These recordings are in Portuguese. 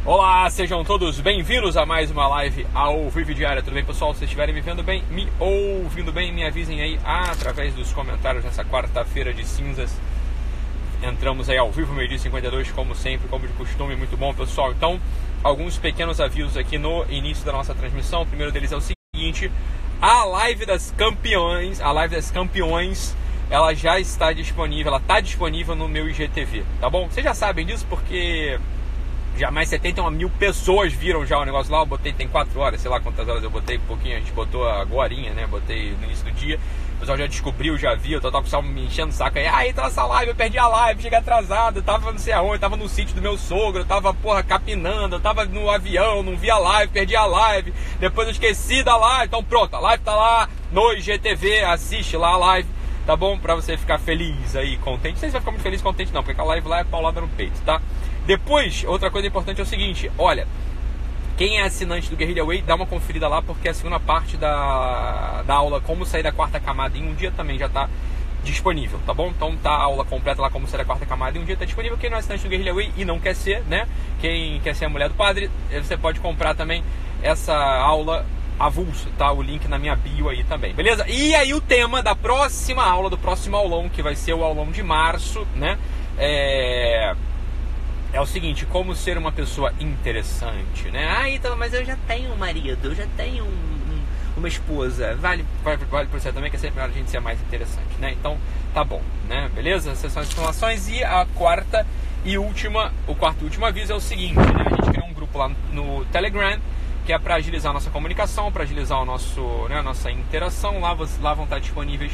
Olá, sejam todos bem-vindos a mais uma live ao vivo diária. Tudo bem, pessoal? Se vocês estiverem me vendo bem, me ouvindo bem, me avisem aí através dos comentários nessa quarta-feira de cinzas. Entramos aí ao vivo, meio-dia 52, como sempre, como de costume. Muito bom, pessoal. Então, alguns pequenos avisos aqui no início da nossa transmissão. O primeiro deles é o seguinte: a live das campeões, ela já está disponível, ela está disponível no meu IGTV, tá bom? Vocês já sabem disso porque já mais 71 mil pessoas viram já o negócio lá. Eu botei, tem 4 horas, sei lá quantas horas eu botei, pouquinho, a gente botou agorinha, né? Botei no início do dia. O pessoal já descobriu, já viu, eu tava com o pessoal me enchendo o saco aí. Entra nessa live, eu perdi a live, cheguei atrasado, eu tava não sei aonde, eu tava no sítio do meu sogro, eu tava, capinando, eu tava no avião, não vi a live, perdi a live, depois eu esqueci da live. Então pronto, a live tá lá no IGTV, assiste lá a live, tá bom? Pra você ficar feliz aí, contente. Não sei se vai ficar muito feliz e contente não, porque aquela live lá é paulada no peito, tá? Depois, outra coisa importante é o seguinte: olha, quem é assinante do Guerrilla Way, dá uma conferida lá, porque a segunda parte da aula Como Sair da Quarta Camada em um Dia também já está disponível, tá bom? Então tá a aula completa lá, Como Sair da Quarta Camada em um Dia, está disponível. Quem não é assinante do Guerrilla Way e não quer ser, né? Quem quer ser a mulher do padre, você pode comprar também essa aula avulso, tá? O link na minha bio aí também, beleza? E aí o tema da próxima aula, do próximo aulão, que vai ser o aulão de março, né? É o seguinte: como ser uma pessoa interessante, né? Então, mas eu já tenho um marido, eu já tenho uma esposa. Vale por você também, que é sempre melhor a gente ser mais interessante, né? Então, tá bom, né? Beleza? Essas são as informações. E o quarto e último aviso é o seguinte, né? A gente criou um grupo lá no Telegram, que é para agilizar a nossa comunicação, para agilizar o nosso, né, a nossa interação. Lá vão estar disponíveis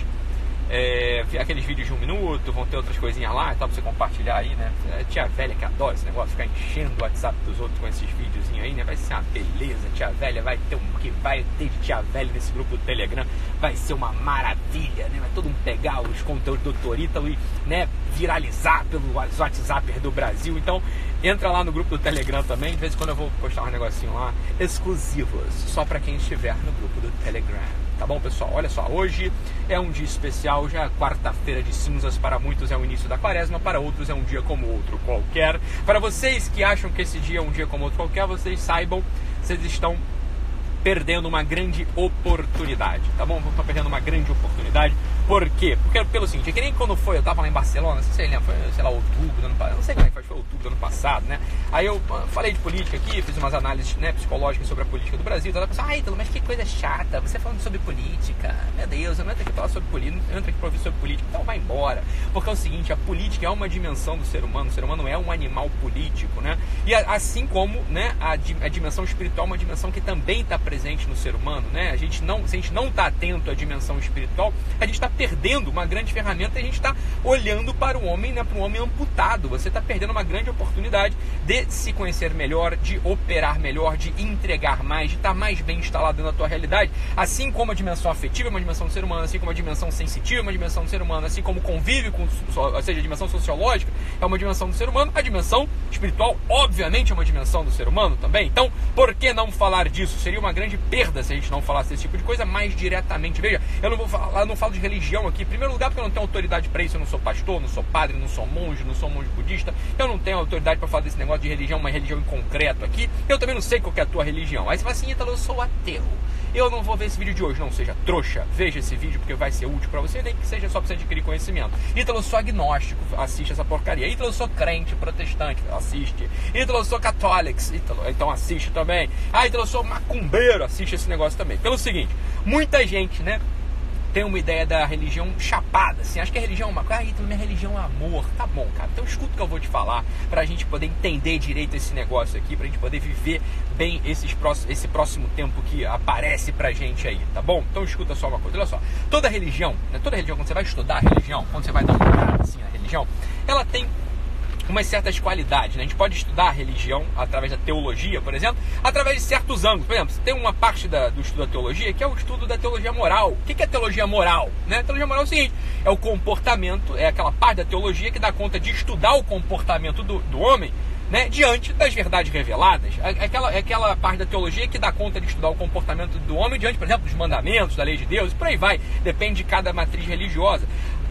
aqueles vídeos de 1 minuto, vão ter outras coisinhas lá, tá, pra você compartilhar aí, né? Tia velha que adora esse negócio, ficar enchendo o WhatsApp dos outros com esses videozinhos aí, né? Vai ser uma beleza, tia velha, vai ter de tia velha nesse grupo do Telegram, vai ser uma maravilha, né? Vai todo mundo pegar os conteúdos do Dr. Ítalo e, né, viralizar pelos WhatsAppers do Brasil. Então, entra lá no grupo do Telegram também. De vez em quando eu vou postar um negocinho lá, exclusivos, só pra quem estiver no grupo do Telegram. Tá bom, pessoal? Olha só, hoje é um dia especial, já é quarta-feira de cinzas. Para muitos é o início da quaresma, para outros é um dia como outro qualquer. Para vocês que acham que esse dia é um dia como outro qualquer, vocês saibam, vocês estão perdendo uma grande oportunidade, tá bom? Estão perdendo uma grande oportunidade. Por quê? Porque pelo seguinte, é que nem quando eu tava lá em Barcelona, não sei se você lembra, foi, sei lá, outubro do ano passado, não sei como é que foi outubro do ano passado, né? Aí eu falei de política aqui, fiz umas análises, né, psicológicas sobre a política do Brasil, então ela pensou: Ítalo, mas que coisa chata, você falando sobre política, meu Deus, eu não entro aqui pra falar sobre política, eu entro aqui pra ouvir sobre política, então vai embora. Porque é o seguinte, a política é uma dimensão do ser humano, o ser humano é um animal político, né? E assim como, né, a dimensão espiritual é uma dimensão que também está presente no ser humano, né? Se a gente não está atento à dimensão espiritual, a gente está perdendo uma grande ferramenta. A gente está olhando para o homem, né, para um homem amputado. Você está perdendo uma grande oportunidade de se conhecer melhor, de operar melhor, de entregar mais, de estar mais bem instalado na tua realidade. Assim como a dimensão afetiva é uma dimensão do ser humano, assim como a dimensão sensitiva é uma dimensão do ser humano, assim como o convívio ou seja, a dimensão sociológica é uma dimensão do ser humano, a dimensão espiritual obviamente é uma dimensão do ser humano também. Então, por que não falar disso? Seria uma grande perda se a gente não falasse desse tipo de coisa mais diretamente. Veja, eu não falo de religião aqui, em primeiro lugar porque eu não tenho autoridade para isso. Eu não sou pastor, não sou padre, não sou monge budista. Eu não tenho autoridade para falar desse negócio de religião, uma religião em concreto aqui. Eu também não sei qual que é a tua religião. Aí você fala assim: Ítalo, eu sou ateu, eu não vou ver esse vídeo de hoje. Não seja trouxa, veja esse vídeo porque vai ser útil para você, nem que seja só para você adquirir conhecimento. Ítalo, eu sou agnóstico, assiste essa porcaria. Ítalo, eu sou crente, protestante, assiste. Ítalo, eu sou católico, Ítalo, então assiste também. Ítalo, eu sou macumbeiro, assiste esse negócio também. Pelo seguinte, muita gente, né, tem uma ideia da religião chapada, assim, acho que a religião é uma coisa. Ítalo, minha religião é amor. Tá bom, cara, então escuta o que eu vou te falar, pra gente poder entender direito esse negócio aqui, pra gente poder viver bem esse próximo tempo que aparece pra gente aí, tá bom? Então escuta só uma coisa, olha só, toda religião, né, quando você vai estudar a religião, quando você vai dar uma olhada assim na religião, ela tem umas certas qualidades, né? A gente pode estudar a religião através da teologia, por exemplo, através de certos ângulos. Por exemplo, tem uma parte do estudo da teologia que é o estudo da teologia moral. O que é teologia moral? Né? A teologia moral é o seguinte: é o comportamento, é aquela parte da teologia que dá conta de estudar o comportamento do homem, né, diante das verdades reveladas. Aquela parte da teologia que dá conta de estudar o comportamento do homem diante, por exemplo, dos mandamentos, da lei de Deus, e por aí vai. Depende de cada matriz religiosa. Uma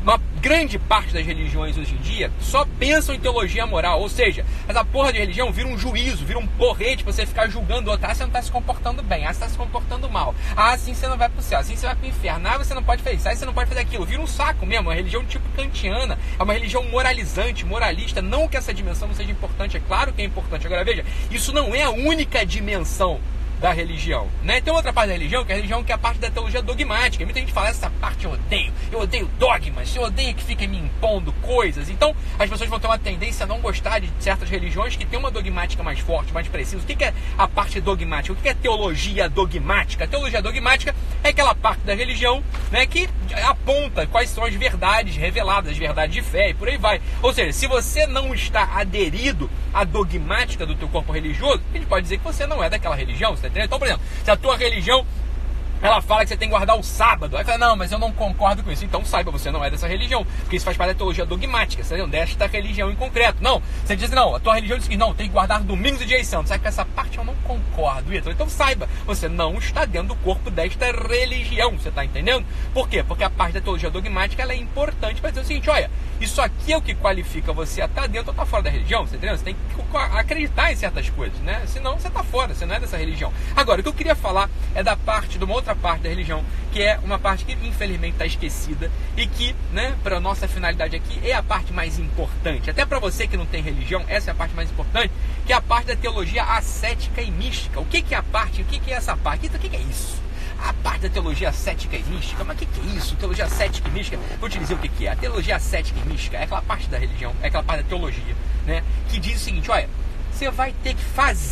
grande parte das religiões hoje em dia só pensam em teologia moral, ou seja, essa porra de religião vira um juízo, vira um porrete pra você ficar julgando o outro. Ah, você não tá se comportando bem, ah, você tá se comportando mal, ah, assim você não vai pro céu, assim você vai pro inferno, ah, você não pode fazer isso, ah, você não pode fazer aquilo. Vira um saco mesmo, é uma religião tipo kantiana, é uma religião moralizante, moralista. Não que essa dimensão não seja importante, é claro que é importante. Agora veja, isso não é a única dimensão da religião, né? Tem outra parte da religião, que é a religião que é a parte da teologia dogmática. Muita gente fala, essa parte eu odeio dogmas, eu odeio que fiquem me impondo coisas. Então as pessoas vão ter uma tendência a não gostar de certas religiões que tem uma dogmática mais forte, mais precisa. O que é a parte dogmática? O que é teologia dogmática? A teologia dogmática é aquela parte da religião, né, que aponta quais são as verdades reveladas, as verdades de fé e por aí vai. Ou seja, se você não está aderido à dogmática do teu corpo religioso, a gente pode dizer que você não é daquela religião. Então, por exemplo, se a tua religião ela fala que você tem que guardar o sábado, aí fala, não, mas eu não concordo com isso. Então saiba, você não é dessa religião, porque isso faz parte da teologia dogmática, entendeu? Desta religião em concreto. Não, você diz assim, não, a tua religião diz que não, tem que guardar domingos e dias santos. Sabe que essa parte eu não concordo, então saiba, você não está dentro do corpo desta religião, você está entendendo? Por quê? Porque a parte da teologia dogmática ela é importante para dizer o seguinte, olha, isso aqui é o que qualifica você a estar dentro ou estar fora da religião, você entendeu? Você tem que acreditar em certas coisas, né? Senão você está fora, você não é dessa religião. Agora, o que eu queria falar é da parte, de uma outra parte da religião, que é uma parte que infelizmente está esquecida e que, né, para a nossa finalidade aqui, é a parte mais importante. Até para você que não tem religião, essa é a parte mais importante, que é a parte da teologia ascética e mística. O que é a parte? O que é essa parte? O que é isso? A parte da teologia ascética e mística, mas o que é isso? Teologia ascética e mística, vou te dizer o que é. A teologia ascética e mística é aquela parte da religião, é aquela parte da teologia, né, que diz o seguinte, olha, você vai ter que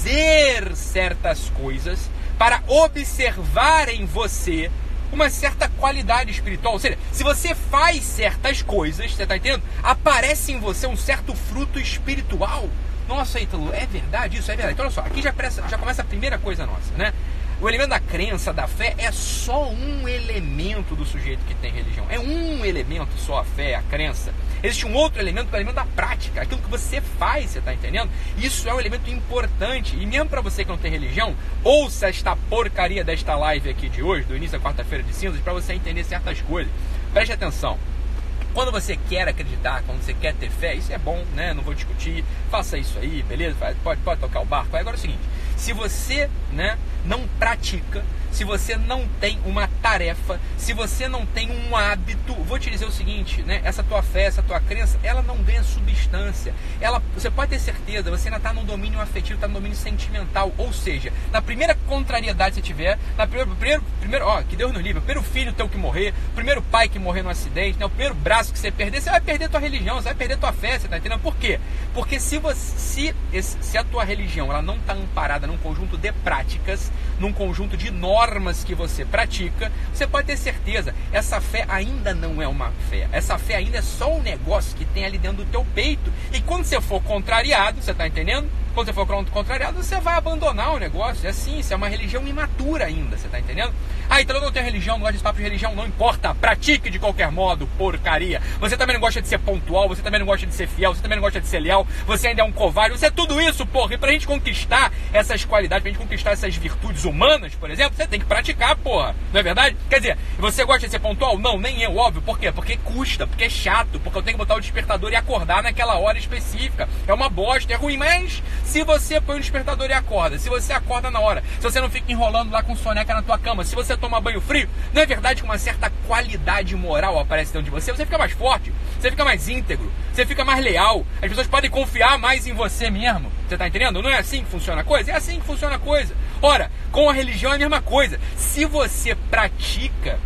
fazer certas coisas para observar em você uma certa qualidade espiritual. Ou seja, se você faz certas coisas, você está entendendo? Aparece em você um certo fruto espiritual. Nossa, Ítalo, é verdade isso? É verdade. Então olha só, aqui já começa a primeira coisa nossa, né? O elemento da crença, da fé, é só um elemento do sujeito que tem religião. É um elemento só, a fé, a crença. Existe um outro elemento, que é o elemento da prática. Aquilo que você faz, você está entendendo? Isso é um elemento importante. E mesmo para você que não tem religião, ouça esta porcaria desta live aqui de hoje, do início da quarta-feira de cinzas, para você entender certas coisas. Preste atenção. Quando você quer acreditar, quando você quer ter fé, isso é bom, né? Não vou discutir, faça isso aí, beleza? Pode tocar o barco. Agora é o seguinte, se você, né, não pratica, se você não tem uma tarefa, se você não tem um hábito, vou te dizer o seguinte, né? Essa tua fé, essa tua crença, ela não ganha substância. Você pode ter certeza, você ainda está no domínio afetivo, está no domínio sentimental. Ou seja, na primeira contrariedade que você tiver, primeiro, ó, que Deus nos livre, o primeiro filho teu que morrer, o primeiro pai que morrer no acidente, né? O primeiro braço que você perder, você vai perder tua religião, você vai perder tua fé, você está entendendo? Por quê? Porque se a tua religião ela não está amparada num conjunto de práticas, num conjunto de normas que você pratica, você pode ter certeza, essa fé ainda não é uma fé. Essa fé ainda é só um negócio que tem ali dentro do teu peito. E quando você for contrariado, você está entendendo? Quando você for contrariado, você vai abandonar o negócio. É assim, isso é uma religião imatura ainda, você está entendendo? Ah, então eu não tenho religião, não gosto de papo de religião, não importa, pratique de qualquer modo, porcaria. Você também não gosta de ser pontual, você também não gosta de ser fiel, você também não gosta de ser leal, você ainda é um covarde, você é tudo isso, porra. E pra gente conquistar essas qualidades, pra gente conquistar essas virtudes humanas, por exemplo, você tem que praticar, porra. Não é verdade? Quer dizer, você gosta de ser pontual? Não, nem eu, óbvio. Por quê? Porque custa, porque é chato, porque eu tenho que botar o despertador e acordar naquela hora específica. É uma bosta, é ruim, mas se você põe o despertador e acorda, se você acorda na hora, se você não fica enrolando lá com soneca na tua cama, se você toma banho frio, não é verdade que uma certa qualidade moral aparece dentro de você? Você fica mais forte, você fica mais íntegro, você fica mais leal, as pessoas podem confiar mais em você mesmo. Você está entendendo? Não é assim que funciona a coisa? É assim que funciona a coisa. Ora, com a religião é a mesma coisa. Se você pratica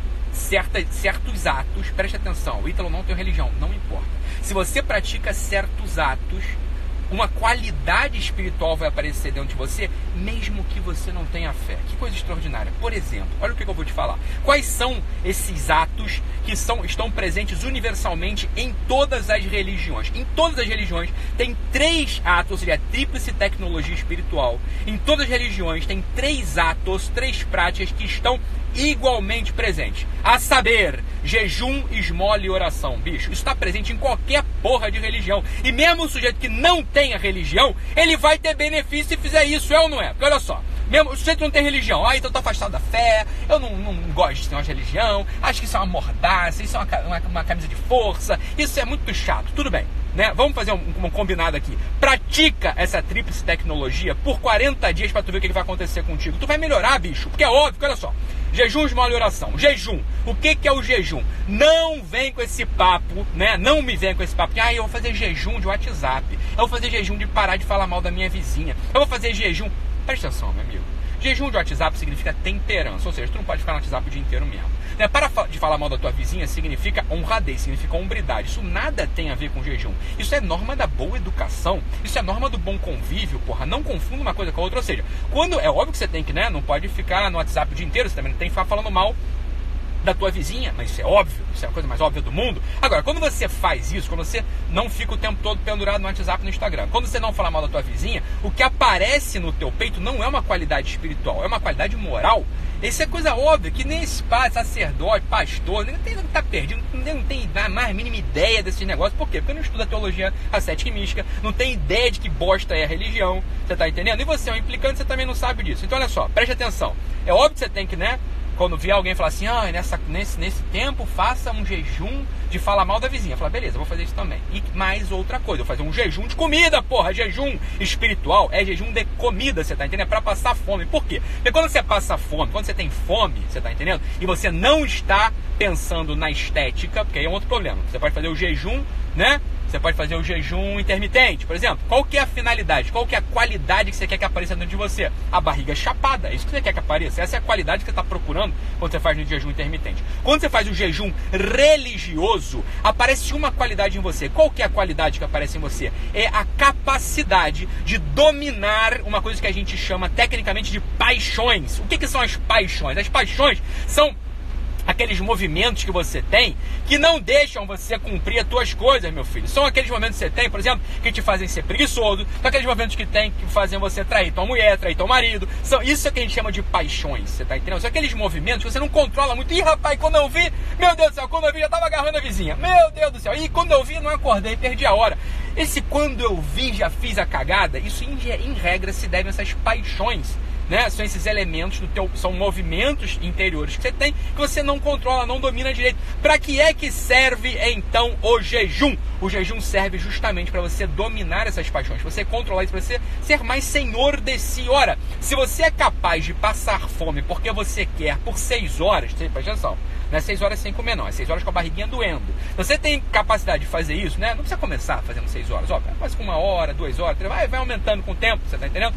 certos atos, preste atenção, o Ítalo não tem religião, não importa. Se você pratica certos atos, uma qualidade espiritual vai aparecer dentro de você, mesmo que você não tenha fé. Que coisa extraordinária. Por exemplo, olha o que eu vou te falar. Quais são esses atos que estão presentes universalmente em todas as religiões? Em todas as religiões tem 3 atos, ou seja, tríplice tecnologia espiritual. Em todas as religiões tem 3 atos, 3 práticas que estão igualmente presentes. A saber, jejum, esmola e oração. Bicho, isso está presente em qualquer porra de religião. E mesmo o sujeito que não tem a religião, ele vai ter benefício se fizer isso, é ou não é? Porque olha só, Mesmo o sujeito não tem religião, então eu tô afastado da fé, eu não gosto de negócio de religião, acho que isso é uma mordaça, isso é uma camisa de força, isso é muito chato, tudo bem, né? Vamos fazer um combinado aqui. Pratica essa tríplice tecnologia por 40 dias pra tu ver o que vai acontecer contigo. Tu vai melhorar, bicho, porque é óbvio, olha só. Jejum, esmola e oração. Jejum. O que é o jejum? Não vem com esse papo, né? Não me vem com esse papo de, eu vou fazer jejum de WhatsApp. Eu vou fazer jejum de parar de falar mal da minha vizinha. Eu vou fazer jejum... Presta atenção, meu amigo. Jejum de WhatsApp significa temperança. Ou seja, tu não pode ficar no WhatsApp o dia inteiro mesmo. Né? Para de falar mal da tua vizinha significa honradez, significa hombridade. Isso nada tem a ver com jejum. Isso é norma da boa educação. Isso é norma do bom convívio, porra. Não confunda uma coisa com a outra. Ou seja, quando é óbvio que você tem que, né? Não pode ficar no WhatsApp o dia inteiro. Você também não tem que ficar falando mal da tua vizinha, mas isso é óbvio, isso é a coisa mais óbvia do mundo. Agora, quando você faz isso, quando você não fica o tempo todo pendurado no WhatsApp, no Instagram, quando você não fala mal da tua vizinha, o que aparece no teu peito não é uma qualidade espiritual, é uma qualidade moral. Isso é coisa óbvia, que nem esse padre, sacerdote, pastor, ninguém tá perdido, não tem a mais mínima ideia desses negócios. Por quê? Porque não estuda teologia ascética e mística, não tem ideia de que bosta é a religião, você tá entendendo? E você é um implicante, você também não sabe disso. Então olha só, preste atenção, é óbvio que você tem que, né, quando vier alguém falar assim, nesse tempo faça um jejum de falar mal da vizinha. Fala, beleza, vou fazer isso também. E mais outra coisa, eu vou fazer um jejum de comida, porra. Jejum espiritual é jejum de comida, você tá entendendo? É pra passar fome. Por quê? Porque quando você passa fome, quando você tem fome, você tá entendendo? E você não está pensando na estética, porque aí é um outro problema. Você pode fazer o jejum, né? Você pode fazer o jejum intermitente, por exemplo. Qual que é a finalidade? Qual que é a qualidade que você quer que apareça dentro de você? A barriga chapada, é isso que você quer que apareça. Essa é a qualidade que você está procurando quando você faz o jejum intermitente. Quando você faz o jejum religioso, aparece uma qualidade em você. Qual que é a qualidade que aparece em você? É a capacidade de dominar uma coisa que a gente chama tecnicamente de paixões. O que são as paixões? As paixões são aqueles movimentos que você tem que não deixam você cumprir as tuas coisas, meu filho. São aqueles momentos que você tem, por exemplo, que te fazem ser preguiçoso. São aqueles momentos que tem que fazem você trair tua mulher, trair teu marido. Isso é que a gente chama de paixões, você tá entendendo? São aqueles movimentos que você não controla muito. Ih, rapaz, quando eu vi, meu Deus do céu, quando eu vi já tava agarrando a vizinha. Meu Deus do céu. E quando eu vi, não acordei, perdi a hora. Esse quando eu vi, já fiz a cagada, isso em regra se deve a essas paixões. Né? São esses elementos do teu, são movimentos interiores que você tem, que você não controla, não domina direito. Para que é que serve então o jejum? O jejum serve justamente para você dominar essas paixões, você controlar isso, para você ser mais senhor de si. Ora, se você é capaz de passar fome porque você quer por 6 horas, presta atenção, não é 6 horas sem comer não, é 6 horas com a barriguinha doendo. Você tem capacidade de fazer isso, né? Não precisa começar fazendo 6 horas, ó, faz com 1 hora, 2 horas, vai aumentando com o tempo, você tá entendendo?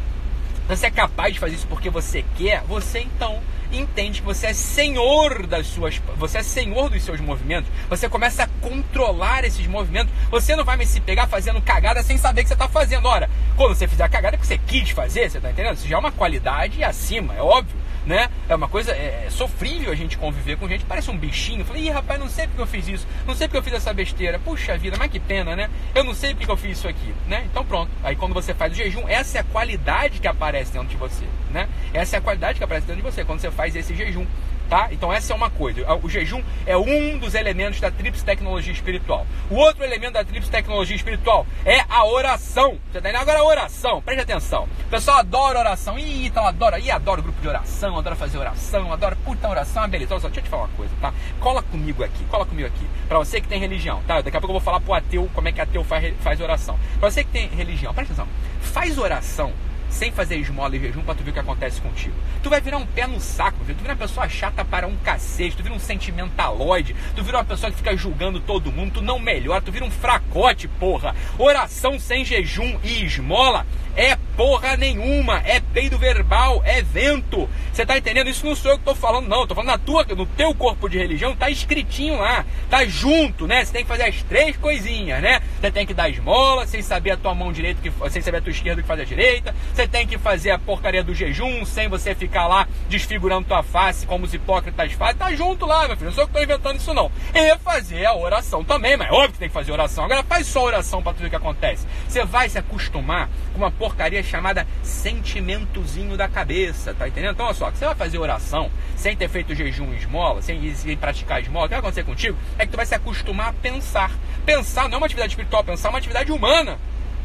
Você é capaz de fazer isso porque você quer, você então entende que você é senhor você é senhor dos seus movimentos, você começa a controlar esses movimentos, você não vai mais se pegar fazendo cagada sem saber o que você está fazendo. Ora, quando você fizer a cagada é porque você quis fazer, você está entendendo? Isso já é uma qualidade acima, é óbvio, né? É uma coisa sofrível a gente conviver com gente, parece um bichinho. Eu falei, ih, rapaz, não sei porque eu fiz isso, não sei porque eu fiz essa besteira, puxa vida, mas que pena, né? Eu não sei porque eu fiz isso aqui, né? Então pronto, aí quando você faz o jejum, essa é a qualidade que aparece dentro de você, né? Essa é a qualidade que aparece dentro de você quando você faz esse jejum, tá? Então essa é uma coisa. O jejum é um dos elementos da tríplice tecnologia espiritual. O outro elemento da tríplice tecnologia espiritual é a oração. Você tá entendendo? Agora a oração, preste atenção. O pessoal adora oração. Então adora o grupo de oração, adora fazer oração, adora puta oração, é beleza. Olha só, deixa eu te falar uma coisa, tá? Cola comigo aqui. Pra você que tem religião, tá? Daqui a pouco eu vou falar pro ateu como é que ateu faz oração. Pra você que tem religião, presta atenção. Faz oração sem fazer esmola e jejum pra tu ver o que acontece contigo. Tu vai virar um pé no saco, viu? Tu vira uma pessoa chata para um cacete, tu vira um sentimentaloide, tu vira uma pessoa que fica julgando todo mundo, tu não melhora, tu vira um fracote, porra. Oração sem jejum e esmola é porra nenhuma, é peido verbal, é vento. Você tá entendendo? Isso não sou eu que tô falando, não. Eu tô falando no teu corpo de religião, tá escritinho lá, tá junto, né? Você tem que fazer as 3 coisinhas, né? Você tem que dar esmola, sem saber a tua mão direita, sem saber a tua esquerda que faz a direita. Você tem que fazer a porcaria do jejum, sem você ficar lá desfigurando tua face como os hipócritas fazem. Tá junto lá, meu filho. Não sou eu que tô inventando isso, não. E fazer a oração também, mas é óbvio que tem que fazer oração. Agora faz só oração pra tu ver o que acontece. Você vai se acostumar com uma porcaria chamada sentimentozinho da cabeça, tá entendendo? Então olha só, que você vai fazer oração sem ter feito jejum e esmola, sem praticar esmola, o que vai acontecer contigo é que tu vai se acostumar a pensar. Pensar não é uma atividade espiritual, pensar é uma atividade humana.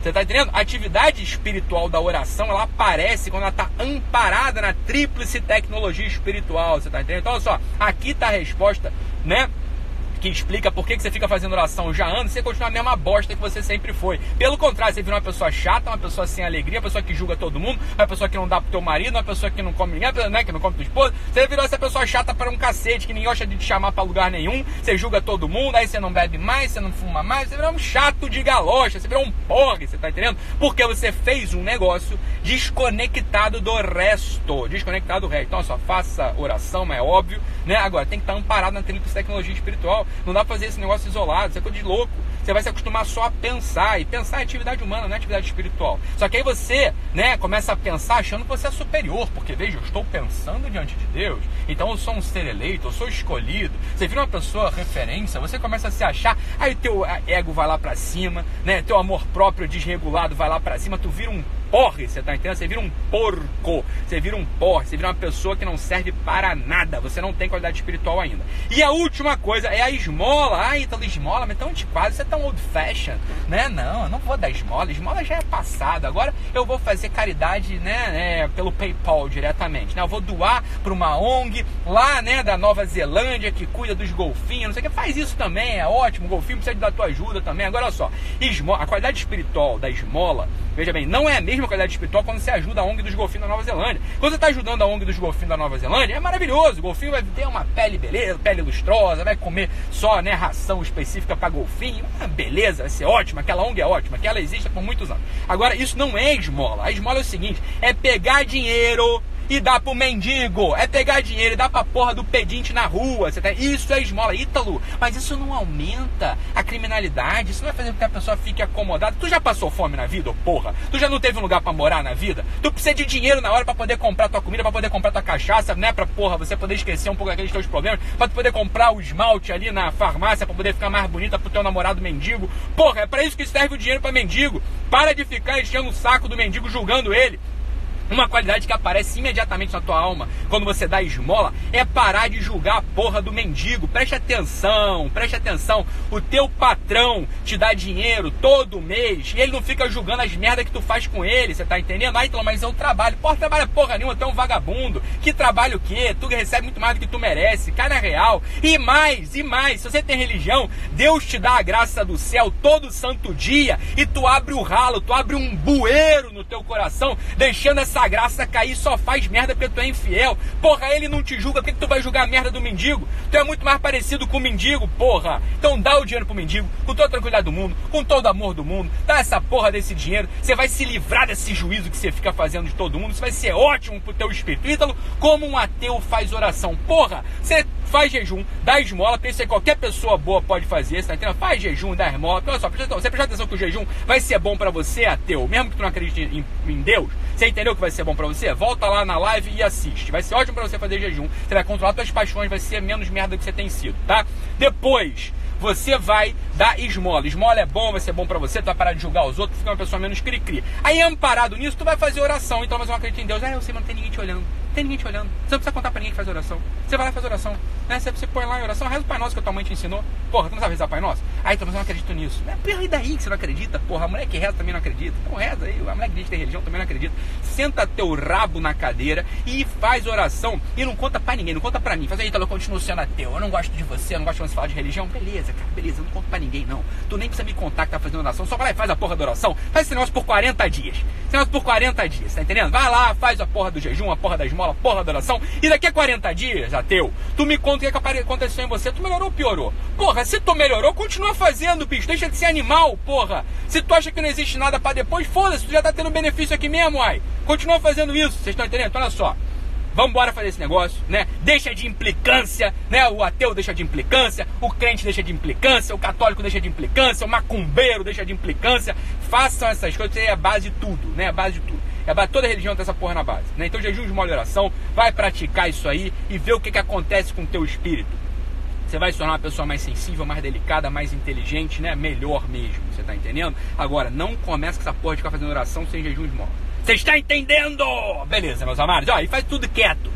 Você está entendendo? A atividade espiritual da oração, ela aparece quando ela está amparada na tríplice tecnologia espiritual. Você está entendendo? Então, olha só, aqui está a resposta, né? Que explica por que você fica fazendo oração já anos e você continua a mesma bosta que você sempre foi. Pelo contrário, você vira uma pessoa chata, uma pessoa sem alegria, uma pessoa que julga todo mundo, uma pessoa que não dá pro teu marido, uma pessoa que não come ninguém, né, que não come tua esposa. Você virou essa pessoa chata para um cacete, que ninguém gosta de te chamar para lugar nenhum, você julga todo mundo, aí você não bebe mais, você não fuma mais, você virou um chato de galocha, você virou um porre, você tá entendendo? Porque você fez um negócio desconectado do resto, desconectado do resto. Então, só faça oração, mas é óbvio, né? Agora, tem que estar amparado na tríplice tecnologia espiritual. Não dá pra fazer esse negócio isolado, isso é coisa de louco. Você vai se acostumar só a pensar, e pensar é atividade humana, não é atividade espiritual. Só que aí você, né, começa a pensar achando que você é superior, porque veja, eu estou pensando diante de Deus, então eu sou um ser eleito, eu sou escolhido. Você vira uma pessoa referência, você começa a se achar, aí teu ego vai lá pra cima, né, teu amor próprio desregulado vai lá pra cima, tu vira um porre, você tá entendendo? Você vira um porco, você vira um porre, você vira uma pessoa que não serve para nada, você não tem qualidade espiritual ainda. E a última coisa é a esmola. Ah, Ítalo, esmola, mas tão antiquado, você é tão old fashion, né? Não, eu não vou dar esmola, esmola já é passado, agora eu vou fazer caridade, né, pelo PayPal diretamente, né? Eu vou doar para uma ONG lá, né, da Nova Zelândia, que cuida dos golfinhos, não sei o que, faz isso também, é ótimo, o golfinho precisa da tua ajuda também. Agora, olha só, esmola, a qualidade espiritual da esmola, veja bem, não é a mesma qualidade espiritual quando você ajuda a ONG dos golfinhos da Nova Zelândia. Quando você está ajudando a ONG dos golfinhos da Nova Zelândia, é maravilhoso. O golfinho vai ter uma pele beleza, pele lustrosa, vai comer só, né, ração específica para golfinho. Beleza, vai ser ótimo. Aquela ONG é ótima, que ela existe por muitos anos. Agora, isso não é esmola. A esmola é o seguinte, é pegar dinheiro e dá pro mendigo, é pegar dinheiro e dá pra porra do pedinte na rua. Você tá... Isso é esmola. Ítalo, mas isso não aumenta a criminalidade, isso não vai fazer com que a pessoa fique acomodada. Tu já passou fome na vida, ô porra? Tu já não teve um lugar pra morar na vida? Tu precisa de dinheiro na hora pra poder comprar tua comida, pra poder comprar tua cachaça, né? Pra porra, você poder esquecer um pouco daqueles teus problemas, pra tu poder comprar o esmalte ali na farmácia, pra poder ficar mais bonita pro teu namorado mendigo. Porra, é pra isso que serve o dinheiro pra mendigo. Para de ficar enchendo o saco do mendigo, julgando ele. Uma qualidade que aparece imediatamente na tua alma quando você dá esmola é parar de julgar a porra do mendigo. Preste atenção, preste atenção. O teu patrão te dá dinheiro todo mês e ele não fica julgando as merdas que tu faz com ele, você tá entendendo? Ah, então, mas eu trabalho. Porra, trabalha porra nenhuma, tu é um vagabundo. Que trabalho o quê? Tu recebe muito mais do que tu merece, cai na real. E mais, se você tem religião, Deus te dá a graça do céu todo santo dia e tu abre o ralo, tu abre um bueiro no teu coração, deixando essa graça cair, só faz merda porque tu é infiel. Porra, ele não te julga, por que tu vai julgar a merda do mendigo? Tu é muito mais parecido com o mendigo, porra. Então dá o dinheiro pro mendigo, com toda a tranquilidade do mundo, com todo o amor do mundo, dá essa porra desse dinheiro, você vai se livrar desse juízo que você fica fazendo de todo mundo, isso vai ser ótimo pro teu espírito. Ítalo, como um ateu faz oração? Porra, você faz jejum, dá esmola, pensa que qualquer pessoa boa pode fazer, você tá entendendo? Faz jejum, dá esmola. Olha só, você presta atenção que o jejum vai ser bom pra você, ateu, mesmo que tu não acredite em Deus. Você entendeu que vai ser bom pra você? Volta lá na live e assiste. Vai ser ótimo pra você fazer jejum. Você vai controlar suas paixões, vai ser menos merda que você tem sido, tá? Depois, você vai dar esmola. Esmola é bom, vai ser bom pra você, tu vai parar de julgar os outros, fica uma pessoa menos cri-cri. Aí, amparado nisso, tu vai fazer oração. Então, mas eu não acredito em Deus. Ah, eu sei, mas não tem ninguém te olhando. Tem ninguém te olhando. Você não precisa contar pra ninguém que faz oração. Você vai lá e faz oração. Né? Você põe lá em oração, reza o Pai Nosso que a tua mãe te ensinou. Porra, tu não sabe rezar o Pai Nosso? Ah, então, mas eu não acredito nisso. Porra, e daí que você não acredita? Porra, a mulher que reza também não acredita. Então reza aí. A mulher que diz que tem religião também não acredita. Senta teu rabo na cadeira e faz oração. E não conta pra ninguém, não conta pra mim. Faz aí, Ítalo, eu continuo sendo ateu. Eu não gosto de você, eu não gosto de você falar de religião. Beleza, cara, beleza. Eu não conto pra ninguém, não. Tu nem precisa me contar que tá fazendo oração. Só vai lá e faz a porra da oração. Faz esse negócio por 40 dias. Esse negócio por 40 dias, tá entendendo? Vai lá, faz a porra do jejum, a porra da esmola, a porra da oração. E daqui a 40 dias, ateu, tu me conta o que aconteceu em você. Tu melhorou ou piorou? Porra, se tu melhorou, continua fazendo, bicho. Deixa de ser animal, porra. Se tu acha que não existe nada pra depois, foda-se, tu já tá tendo benefício aqui mesmo, ai. Continua fazendo isso, vocês estão entendendo? Então, olha só. Vamos embora fazer esse negócio, né? Deixa de implicância, né? O ateu deixa de implicância, o crente deixa de implicância, o católico deixa de implicância, o macumbeiro deixa de implicância. Façam essas coisas, isso aí é a base de tudo, né? A base de tudo. Toda religião tem essa porra na base, né? Então jejum, esmola e oração, vai praticar isso aí e ver o que acontece com o teu espírito. Você vai se tornar uma pessoa mais sensível, mais delicada, mais inteligente, né? Melhor mesmo, você tá entendendo? Agora, não começa com essa porra de ficar fazendo oração sem jejum e esmola. Você está entendendo? Beleza, meus amados. Ó, e faz tudo quieto.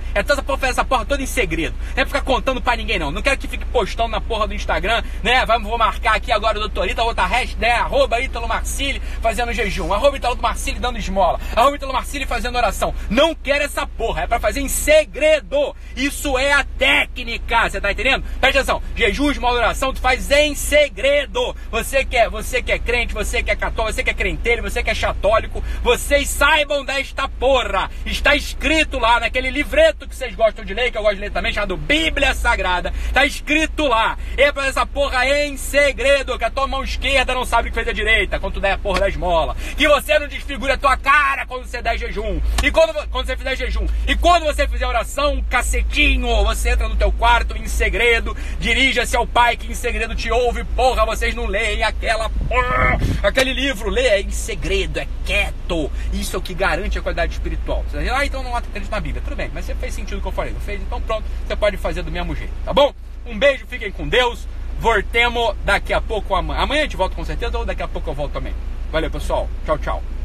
É toda essa porra, fazer essa porra toda em segredo. Não é ficar contando pra ninguém, não. Não quero que fique postando na porra do Instagram, né? Vou marcar aqui agora o doutor Ítalo, botar hashtag, né? Arroba Ítalo Marcilli fazendo jejum. Arroba Ítalo Marcilli dando esmola. Arroba Ítalo Marcilli fazendo oração. Não quero essa porra. É pra fazer em segredo. Isso é a técnica. Você tá entendendo? Presta atenção. Jejum, esmola, oração, tu faz em segredo. Você que é crente, você que é católico, você que é crenteiro, você que é católico, vocês saibam desta porra. Está escrito lá naquele livreto que vocês gostam de ler, que eu gosto de ler também, chamado Bíblia Sagrada. Está escrito lá. É pra essa porra em segredo, que a tua mão esquerda não sabe o que fez a direita quando tu der a porra da esmola. Que você não desfigure a tua cara quando você der jejum. E quando você fizer jejum. E quando você fizer oração, cacetinho, você entra no teu quarto em segredo, dirija-se ao Pai que em segredo te ouve. Porra, vocês não leem aquele livro. Lê em segredo, é quieto. Isso é o que garante a qualidade espiritual. Você diz, então não acredito na Bíblia. Tudo bem, mas você fez sentido o que eu falei, não fez? Então pronto, você pode fazer do mesmo jeito, tá bom? Um beijo, fiquem com Deus. Voltemos daqui a pouco. Amanhã a gente volta com certeza, ou daqui a pouco eu volto também. Valeu, pessoal. Tchau, tchau.